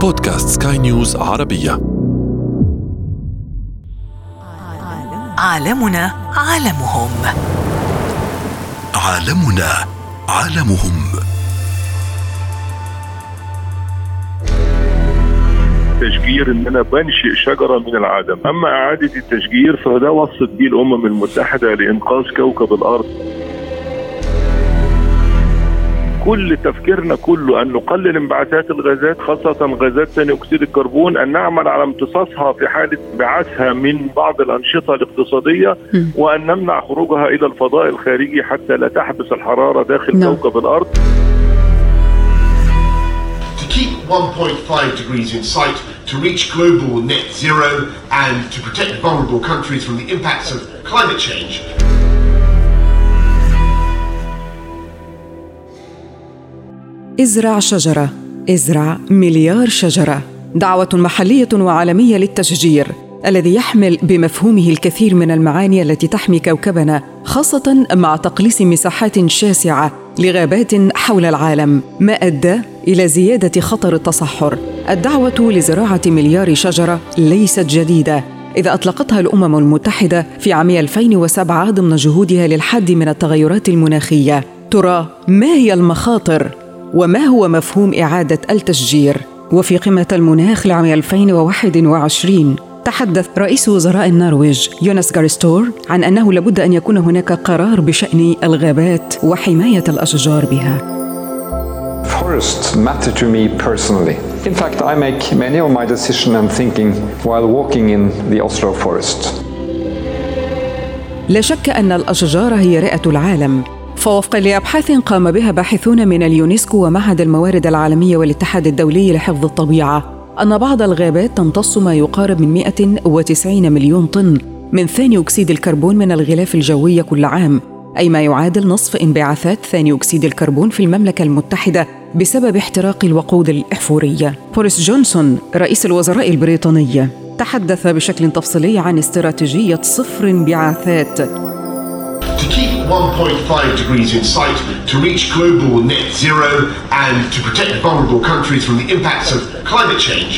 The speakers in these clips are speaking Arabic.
بودكاست سكاي نيوز عربية. عالمنا عالمهم. عالمنا عالمهم. تشجير ان انا بنشئ شجرة من العدم، اما اعادة التشجير فده وصت به الامم المتحدة لانقاذ كوكب الارض. كل تفكيرنا كله ان نقلل انبعاثات الغازات، خاصة غازات ثاني اكسيد الكربون، ان نعمل على امتصاصها في حالة بعثها من بعض الانشطة الاقتصادية، وان نمنع خروجها الى الفضاء الخارجي حتى لا تحبس الحرارة داخل كوكب الارض. Keep 1.5 degrees in sight, to reach global net zero and to protect vulnerable countries from the impacts of climate change. ازرع شجرة، ازرع مليار شجرة. دعوة محلية وعالمية للتشجير الذي يحمل بمفهومه الكثير من المعاني التي تحمي كوكبنا، خاصة مع تقليص مساحات شاسعة لغابات حول العالم، ما أدى إلى زيادة خطر التصحر. الدعوة لزراعة مليار شجرة ليست جديدة، إذا أطلقتها الأمم المتحدة في عام 2007 ضمن جهودها للحد من التغيرات المناخية. ترى ما هي المخاطر وما هو مفهوم إعادة التشجير؟ وفي قمة المناخ لعام 2021 تحدث رئيس وزراء النرويج يوناس جار ستور عن أنه لابد أن يكون هناك قرار بشأن الغابات وحماية الأشجار بها. Forests matter to me personally. In fact, I make many of my decisions and thinking while walking in the Oslo forest. لا شك أن الأشجار هي رئة العالم، فوفقاً لأبحاث قام بها باحثون من اليونسكو ومعهد الموارد العالمية والاتحاد الدولي لحفظ الطبيعة، أن بعض الغابات تمتص ما يقارب من 190 مليون طن من ثاني أكسيد الكربون من الغلاف الجوي كل عام، أي ما يعادل نصف انبعاثات ثاني أكسيد الكربون في المملكة المتحدة بسبب احتراق الوقود الأحفورية. بوريس جونسون رئيس الوزراء البريطاني تحدث بشكل تفصيلي عن استراتيجية صفر انبعاثات. To keep 1.5 degrees in sight, to reach global net zero and to protect vulnerable countries from the impacts of climate change.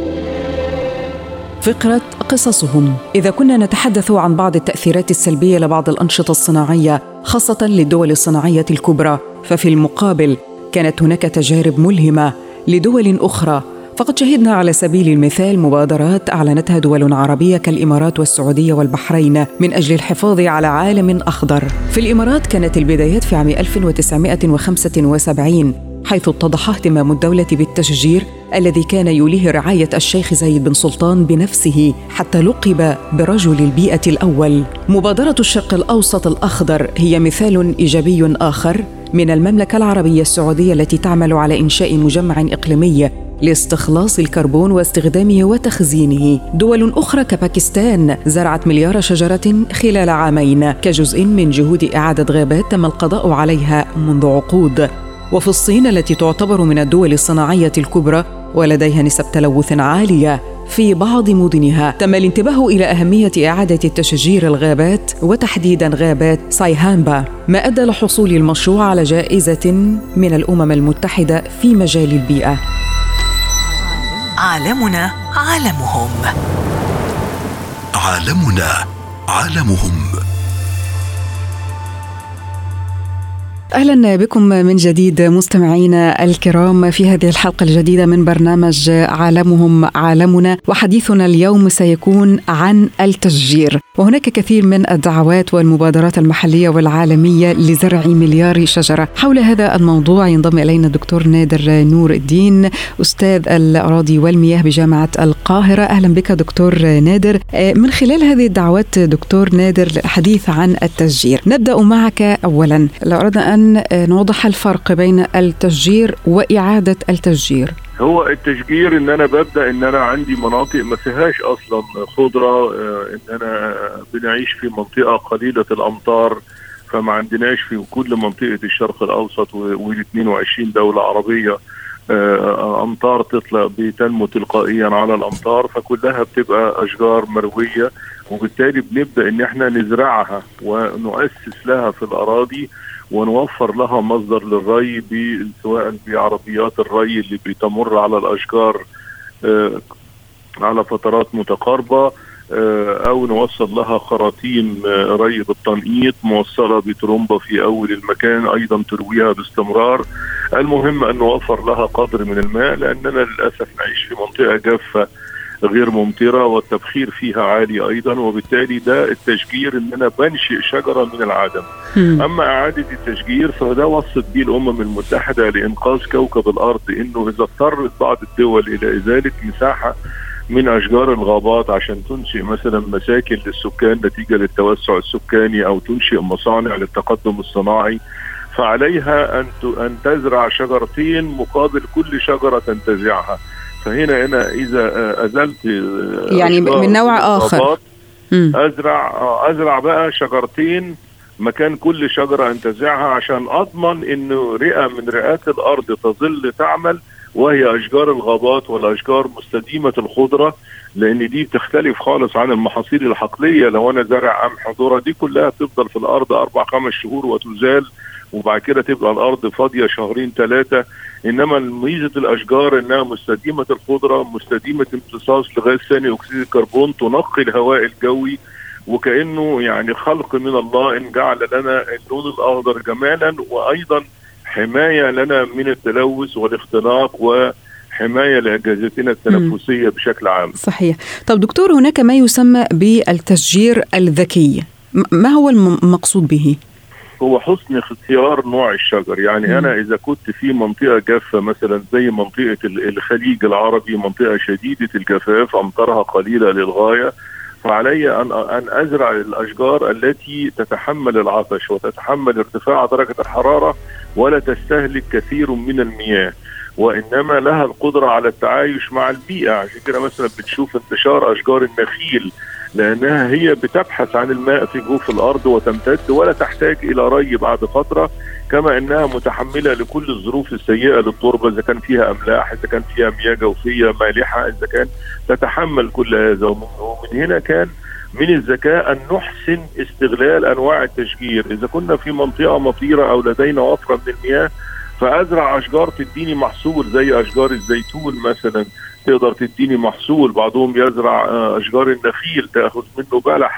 فقرة قصصهم. إذا كنا نتحدث عن بعض التأثيرات السلبية لبعض الأنشطة الصناعية خاصة للدول الصناعية الكبرى، ففي المقابل كانت هناك تجارب ملهمة لدول أخرى. فقد شهدنا على سبيل المثال مبادرات أعلنتها دول عربية كالإمارات والسعودية والبحرين من أجل الحفاظ على عالم أخضر. في الإمارات كانت البدايات في عام 1975 حيث اتضح اهتمام الدولة بالتشجير الذي كان يوليه رعاية الشيخ زايد بن سلطان بنفسه حتى لقب برجل البيئة الأول. مبادرة الشرق الأوسط الأخضر هي مثال إيجابي آخر من المملكة العربية السعودية التي تعمل على إنشاء مجمع إقليمي لاستخلاص الكربون واستخدامه وتخزينه. دول أخرى كباكستان زرعت مليار شجرة خلال عامين كجزء من جهود إعادة غابات تم القضاء عليها منذ عقود. وفي الصين التي تعتبر من الدول الصناعية الكبرى ولديها نسب تلوث عالية في بعض مدنها، تم الانتباه إلى أهمية إعادة تشجير الغابات وتحديداً غابات سايهانبا، ما أدى لحصول المشروع على جائزة من الأمم المتحدة في مجال البيئة. عالمنا عالمهم. عالمنا عالمهم. أهلا بكم من جديد مستمعينا الكرام في هذه الحلقة الجديدة من برنامج عالمهم عالمنا، وحديثنا اليوم سيكون عن التشجير. وهناك كثير من الدعوات والمبادرات المحلية والعالمية لزرع مليار شجرة. حول هذا الموضوع ينضم إلينا الدكتور نادر نور الدين، أستاذ الأراضي والمياه بجامعة القاهرة. أهلا بك دكتور نادر. من خلال هذه الدعوات دكتور نادر للحديث عن التشجير، نبدأ معك أولا. لو أردنا أن نوضح الفرق بين التشجير وإعادة التشجير. هو التشجير ان انا ببدأ ان انا عندي مناطق ما فيهاش اصلا خضرة، ان انا بنعيش في منطقة قليلة الامطار، فما عندناش في كل منطقة الشرق الاوسط و22 دولة عربية امطار تطلع بتنمو تلقائيا على الامطار، فكلها بتبقى اشجار مروية، وبالتالي بنبدأ ان احنا نزرعها ونؤسس لها في الاراضي ونوفر لها مصدر للري، سواء بعربيات الري اللي بتمر على الاشجار على فترات متقاربة، أو نوصل لها خراطيم ري بالتنقيط موصلة بترمبة في أول المكان أيضا ترويها باستمرار. المهم أن نوفر لها قدر من الماء، لأننا للأسف نعيش في منطقة جافة غير ممطرة والتبخير فيها عالي أيضا، وبالتالي ده التشجير أن أنا بنشئ شجرة من العدم. أما إعادة التشجير فده وصت به الأمم المتحدة لإنقاذ كوكب الأرض، إنه إذا اضطرت بعض الدول إلى إزالة مساحة من أشجار الغابات عشان تنشئ مثلا مساكن للسكان نتيجة للتوسع السكاني أو تنشئ مصانع للتقدم الصناعي، فعليها أن تزرع شجرتين مقابل كل شجرة تنتزعها. فهنا أنا إذا أزلت يعني من نوع آخر أزرع بقى شجرتين مكان كل شجرة أنتزعها، عشان أضمن إنه رئة من رئات الأرض تظل تعمل، وهي أشجار الغابات والأشجار مستديمة الخضرة، لأن دي بتختلف خالص عن المحاصيل الحقلية. لو أنا زرع قمح ذرة دي كلها تفضل في الأرض 4-5 شهور وتزال، وبعد كده تبقى الأرض فاضية 2-3. إنما ميزة الأشجار إنها مستديمة الخضرة، مستديمة امتصاص لغاز ثاني أكسيد الكربون، تنقي الهواء الجوي، وكأنه يعني خلق من الله إن جعل لنا اللون الأخضر جمالا، وأيضا حماية لنا من التلوث والاختناق، وحماية لأجهزتنا التنفسية بشكل عام. صحيح. طب دكتور، هناك ما يسمى بالتشجير الذكي، ما هو المقصود به؟ هو حسن اختيار نوع الشجر. يعني أنا إذا كنت في منطقة جافة مثلا زي منطقة الخليج العربي، منطقة شديدة الجفاف أمطارها قليلة للغاية، فعلي أن أزرع الأشجار التي تتحمل العطش وتتحمل ارتفاع درجة الحرارة ولا تستهلك كثير من المياه، وإنما لها القدرة على التعايش مع البيئة. عشان كده مثلا بتشوف انتشار أشجار النخيل، لأنها هي بتبحث عن الماء في جوف الأرض وتمتد ولا تحتاج إلى ري بعد فترة، كما أنها متحملة لكل الظروف السيئة للتربة، إذا كان فيها أملاح، إذا كان فيها مياه جوفية مالحة، إذا كان تتحمل كل هذا. ومن هنا كان من الذكاء أن نحسن استغلال أنواع التشجير. إذا كنا في منطقة مطيرة أو لدينا وفرة من المياه، فأزرع أشجار تديني محصول زي أشجار الزيتون مثلا، تقدر تديني محصول. بعضهم يزرع أشجار النخيل تأخذ منه بلح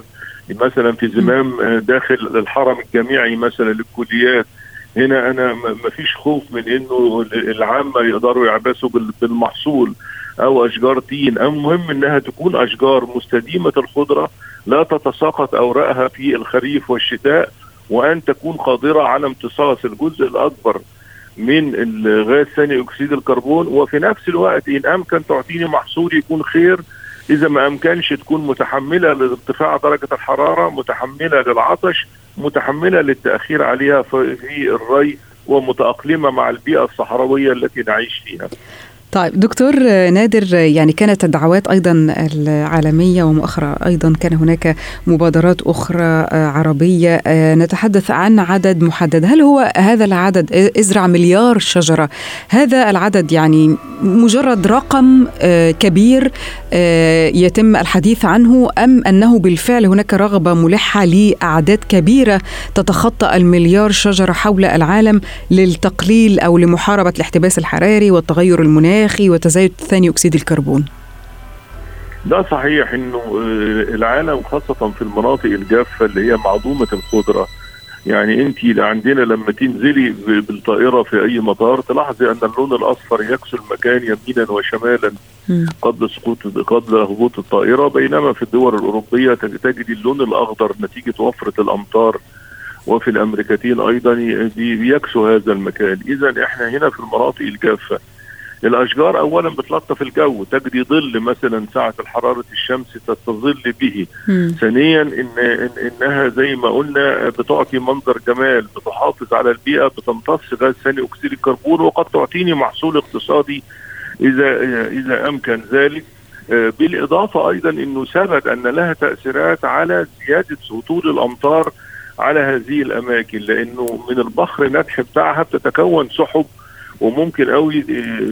مثلا في زمام داخل الحرم الجامعي مثلا للكليات. هنا أنا مفيش خوف من إنه العامة يقدروا يعبسوا بالمحصول. أو أشجار تين، المهم إنها تكون أشجار مستديمة الخضرة لا تتساقط أوراقها في الخريف والشتاء، وأن تكون قادرة على امتصاص الجزء الأكبر من الغاز ثاني أكسيد الكربون، وفي نفس الوقت إن أمكن تعطيني محصول يكون خير. إذا ما أمكنش تكون متحملة لارتفاع درجة الحرارة، متحملة للعطش، متحملة للتأخير عليها في الري، ومتأقلمة مع البيئة الصحراوية التي نعيش فيها. طيب دكتور نادر، يعني كانت الدعوات أيضا العالمية ومؤخرا أيضا كان هناك مبادرات أخرى عربية نتحدث عن عدد محدد. هل هو هذا العدد ازرع 1,000,000,000 شجرة، هذا العدد يعني مجرد رقم كبير يتم الحديث عنه، أم أنه بالفعل هناك رغبة ملحة لأعداد كبيرة تتخطى 1,000,000,000 شجرة حول العالم للتقليل أو لمحاربة الاحتباس الحراري والتغير المناخي وتزايد ثاني أكسيد الكربون؟ ده صحيح انه العالم خاصة في المناطق الجافة اللي هي معدومة الخضرة، يعني انت عندنا لما تنزلي بالطائرة في اي مطار تلاحظي ان اللون الاصفر يكسو المكان يمينا وشمالا قبل هبوط الطائرة، بينما في الدول الاوروبية تجد اللون الاخضر نتيجة وفرة الامطار، وفي الامريكتين ايضا بيكسو هذا المكان. اذا احنا هنا في المناطق الجافة الأشجار أولا بتلطف الجو، تجري ظل مثلا ساعة الحرارة الشمس تستظل به. ثانيا إنها زي ما قلنا بتعطي منظر جمال، بتحافظ على البيئة، بتمتص غاز ثاني أكسيد الكربون، وقد تعطيني محصول اقتصادي إذا أمكن ذلك. بالإضافة أيضا إنه ثبت أن لها تأثيرات على زيادة هطول الأمطار على هذه الأماكن، لأنه من البخر النتح بتاعها بتتكون سحب، وممكن قوي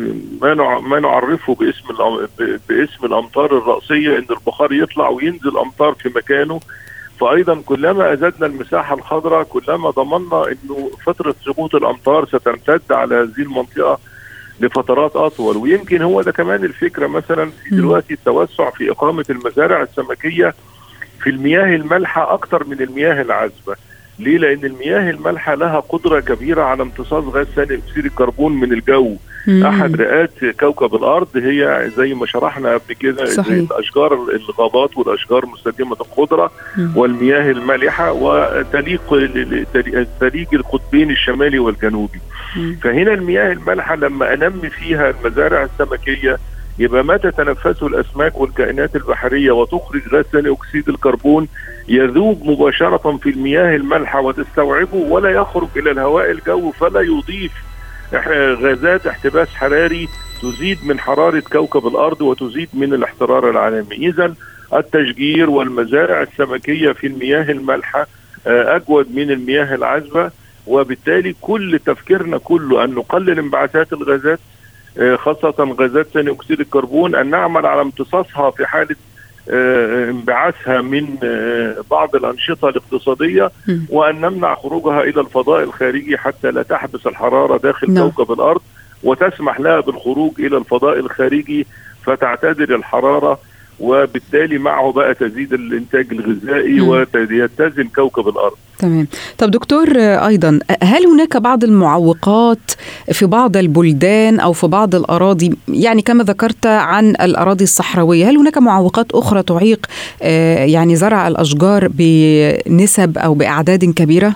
ما نعرفه باسم الأمطار الرأسية، إن البخار يطلع وينزل أمطار في مكانه. فأيضا كلما أزدنا المساحة الخضراء كلما ضمننا إنه فترة سقوط الأمطار ستمتد على هذه المنطقة لفترات اطول. ويمكن هو ده كمان الفكره مثلا في دلوقتي التوسع في اقامه المزارع السمكيه في المياه المالحه اكثر من المياه العذبه. ليه؟ لان المياه المالحه لها قدره كبيره على امتصاص غاز ثاني اكسيد الكربون من الجو. احد رئات كوكب الارض هي زي ما شرحنا قبل كده الاشجار الغابات والاشجار مستديمه الخضره والمياه المالحه وتليق القطبين الشمالي والجنوبي. فهنا المياه المالحه لما انمي فيها المزارع السمكيه يبقى ما تتنفسه الاسماك والكائنات البحريه وتخرج غاز ثاني اكسيد الكربون يذوب مباشره في المياه المالحه وتستوعبه ولا يخرج الى الهواء الجوي، فلا يضيف غازات احتباس حراري تزيد من حراره كوكب الارض وتزيد من الاحترار العالمي. اذا التشجير والمزارع السمكيه في المياه المالحه اجود من المياه العذبه، وبالتالي كل تفكيرنا كله ان نقلل انبعاثات الغازات خاصة غازات ثاني أكسيد الكربون، أن نعمل على امتصاصها في حالة انبعاثها من بعض الأنشطة الاقتصادية، وأن نمنع خروجها إلى الفضاء الخارجي حتى لا تحبس الحرارة داخل كوكب الأرض وتسمح لها بالخروج إلى الفضاء الخارجي فتعتدل الحرارة، وبالتالي معه بقى تزيد الإنتاج الغذائي ويتزن كوكب الأرض. تمام. طب دكتور، أيضا هل هناك بعض المعوقات في بعض البلدان أو في بعض الأراضي، يعني كما ذكرت عن الأراضي الصحراوية، هل هناك معوقات أخرى تعيق يعني زرع الأشجار بنسب أو بأعداد كبيرة؟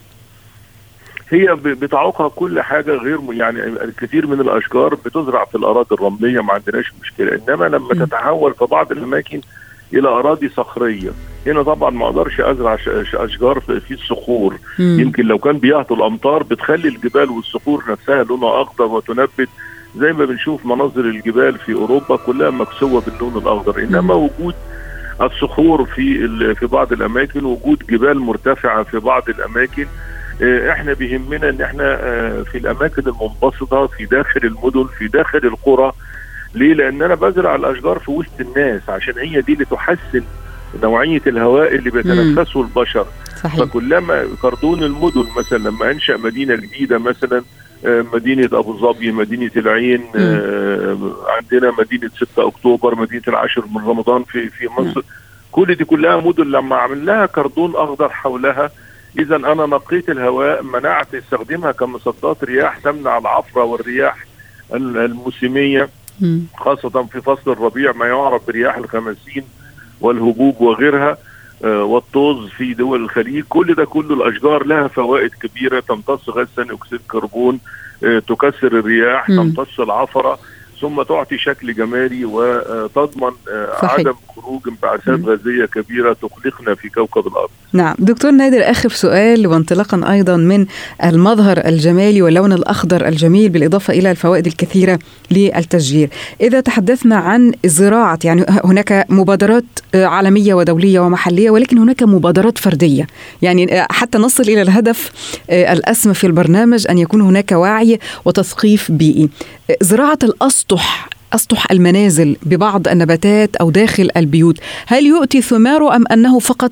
هي بتعوقها كل حاجة غير يعني الكثير من الأشجار بتزرع في الأراضي الرملية ما عندناش مشكلة، إنما لما تتحول في بعض الأماكن إلى أراضي صخرية هنا طبعا ما أقدرش أزرع أشجار في الصخور. يمكن لو كان بيهطل الأمطار بتخلي الجبال والصخور نفسها لونها أخضر وتنبت زي ما بنشوف مناظر الجبال في أوروبا كلها مكسوة باللون الأخضر. إنما وجود الصخور في بعض الأماكن، وجود جبال مرتفعة في بعض الأماكن، احنا بيهمنا ان احنا في الاماكن المنبسطه في داخل المدن في داخل القرى. ليه؟ لان انا بزرع الاشجار في وسط الناس عشان هي دي اللي تحسن نوعيه الهواء اللي بيتنفسه البشر. صحيح. فكلما كردون المدن مثلا لما انشا مدينه جديده مثلا مدينه ابو ظبي، مدينه العين، عندنا مدينه 6 اكتوبر، مدينه العاشر من رمضان في مصر، كل دي كلها مدن لما عمل لها كردون اخضر حولها، إذا أنا نقيت الهواء، منعت استخدامها كمصدات رياح تمنع العفرة والرياح الموسمية خاصة في فصل الربيع ما يعرف برياح الخماسين والهبوب وغيرها والطوز في دول الخليج. كل الأشجار لها فوائد كبيرة، تمتص غاز ثاني أكسيد الكربون، تكسر الرياح، تمتص العفرة، ثم تعطي شكل جمالي وتضمن عدم خروج انبعاثات غازية كبيرة تقلقنا في كوكب الأرض. نعم دكتور نادر، آخر سؤال وانطلاقا أيضا من المظهر الجمالي واللون الأخضر الجميل بالإضافة إلى الفوائد الكثيرة للتشجير، إذا تحدثنا عن زراعة، يعني هناك مبادرات عالمية ودولية ومحلية، ولكن هناك مبادرات فردية، يعني حتى نصل إلى الهدف الأسمى في البرنامج أن يكون هناك وعي وتثقيف بيئي. زراعة أسطح المنازل ببعض النباتات أو داخل البيوت، هل يؤتي ثماره أم أنه فقط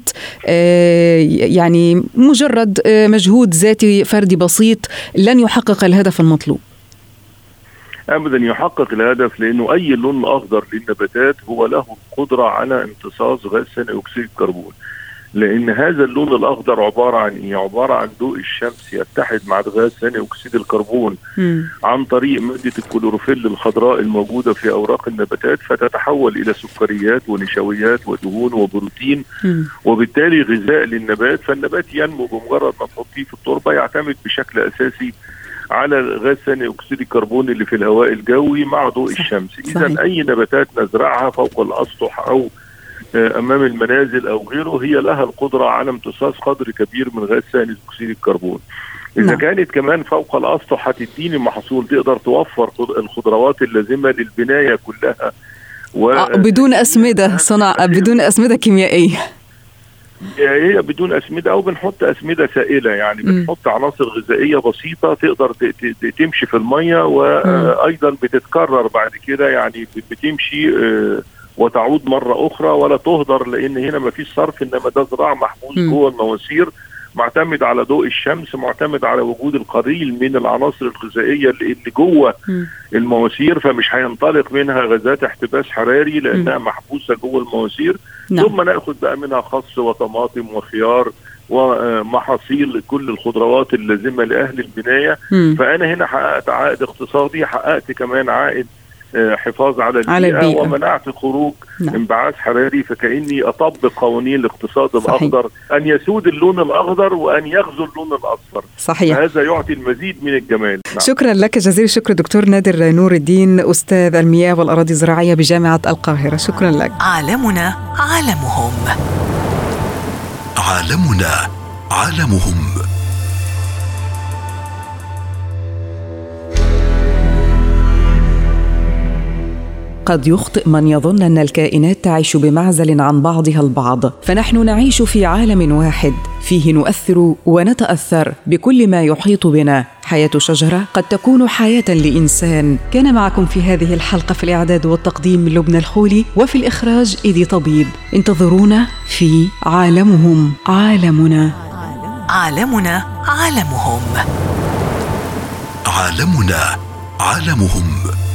يعني مجرد مجهود ذاتي فردي بسيط لن يحقق الهدف المطلوب؟ أبدا يحقق الهدف، لأنه أي لون أخضر للنباتات هو له القدرة على امتصاص غاز ثاني أكسيد الكربون، لأن هذا اللون الأخضر عبارة عن إيه؟ عبارة عن ضوء الشمس يتحد مع غاز ثاني أكسيد الكربون عن طريق مادة الكلوروفيل الخضراء الموجودة في أوراق النباتات، فتتحول إلى سكريات ونشويات ودهون وبروتين، وبالتالي غذاء للنبات. فالنبات ينمو بمجرد ما تحطيه في التربة يعتمد بشكل أساسي على غاز ثاني أكسيد الكربون اللي في الهواء الجوي مع ضوء الشمس. إذا أي نباتات نزرعها فوق الأسطح أو أمام المنازل أو غيره هي لها القدرة على امتصاص قدر كبير من غاز ثاني أكسيد الكربون. إذا كانت كمان فوق الأسطح هتديني محصول تقدر توفر الخضروات اللازمة للبناية كلها بدون أسمدة بدون أسمدة كيميائية. هي بدون أسمدة أو بنحط أسمدة سائلة، يعني بنحط عناصر غذائية بسيطة تقدر تمشي في المية، وأيضا بتتكرر بعد كده، يعني بتمشي وتعود مرة أخرى ولا تهدر، لأن هنا ما فيش صرف، إنما ده زراعة محفوظ جوه المواسير معتمد على ضوء الشمس، معتمد على وجود القليل من العناصر الغذائية اللي جوه المواسير، فمش هينطلق منها غازات احتباس حراري لأنها محبوسة جوه المواسير. ثم نأخذ بقى منها خس وطماطم وخيار ومحاصيل كل الخضروات اللازمة لأهل البناية. فأنا هنا حققت عائد اقتصادي، حققت كمان عائد حفاظ على البيئة ومنعت خروج انبعاث حراري. فكأني أطبق قوانين الاقتصاد الأخضر، أن يسود اللون الأخضر وأن يغزو اللون الأصفر. صحيح. هذا يعطي المزيد من الجمال. شكرا لك جزيل الشكر دكتور نادر نور الدين، أستاذ المياه والأراضي الزراعية بجامعة القاهرة. شكرا لك. عالمنا عالمهم. عالمنا عالمهم. قد يخطئ من يظن أن الكائنات تعيش بمعزل عن بعضها البعض، فنحن نعيش في عالم واحد فيه نؤثر ونتأثر بكل ما يحيط بنا. حياة شجرة قد تكون حياة لإنسان. كان معكم في هذه الحلقة في الإعداد والتقديم لبنى الخولي، وفي الإخراج إيدي طبيب. انتظرونا في عالمهم عالمنا. عالمنا عالمهم. عالمنا عالمهم.